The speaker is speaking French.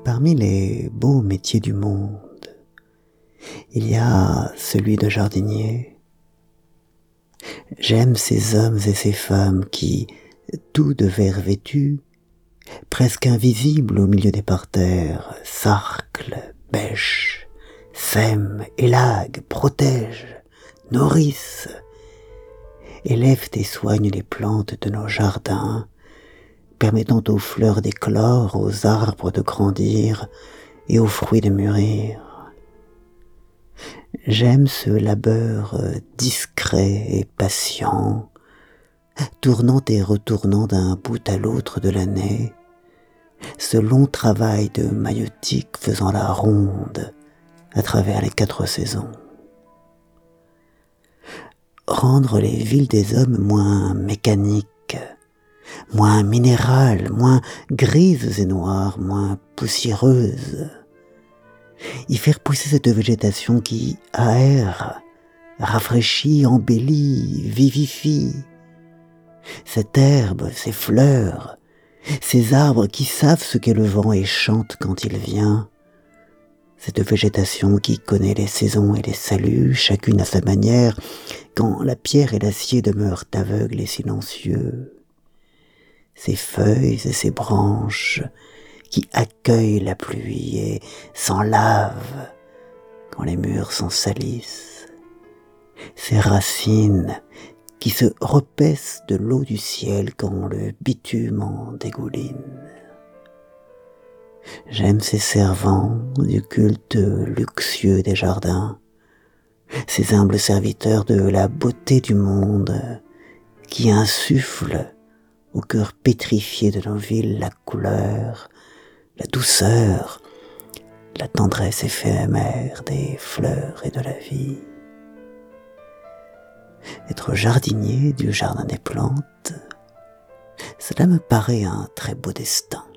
Parmi les beaux métiers du monde, il y a celui de jardinier. J'aime ces hommes et ces femmes qui, tout de vert vêtus, presque invisibles au milieu des parterres, sarclent, bêchent, sèment, élaguent, protègent, nourrissent, élèvent et soignent les plantes de nos jardins, permettant aux fleurs d'éclore, aux arbres de grandir et aux fruits de mûrir. J'aime ce labeur discret et patient, tournant et retournant d'un bout à l'autre de l'année, ce long travail de maïeutique faisant la ronde à travers les 4 saisons. Rendre les villes des hommes moins mécaniques, moins minérales, moins grises et noires, moins poussiéreuses, y faire pousser cette végétation qui aère, rafraîchit, embellit, vivifie, cette herbe, ces fleurs, ces arbres qui savent ce qu'est le vent et chantent quand il vient, cette végétation qui connaît les saisons et les saluts, chacune à sa manière, quand la pierre et l'acier demeurent aveugles et silencieux, ces feuilles et ces branches qui accueillent la pluie et s'en lavent quand les murs s'en salissent, ces racines qui se repaissent de l'eau du ciel quand le bitume en dégouline. J'aime ces servants du culte luxueux des jardins, ces humbles serviteurs de la beauté du monde qui insufflent au cœur pétrifié de nos villes la couleur, la douceur, la tendresse éphémère des fleurs et de la vie. Être jardinier du jardin des plantes, cela me paraît un très beau destin.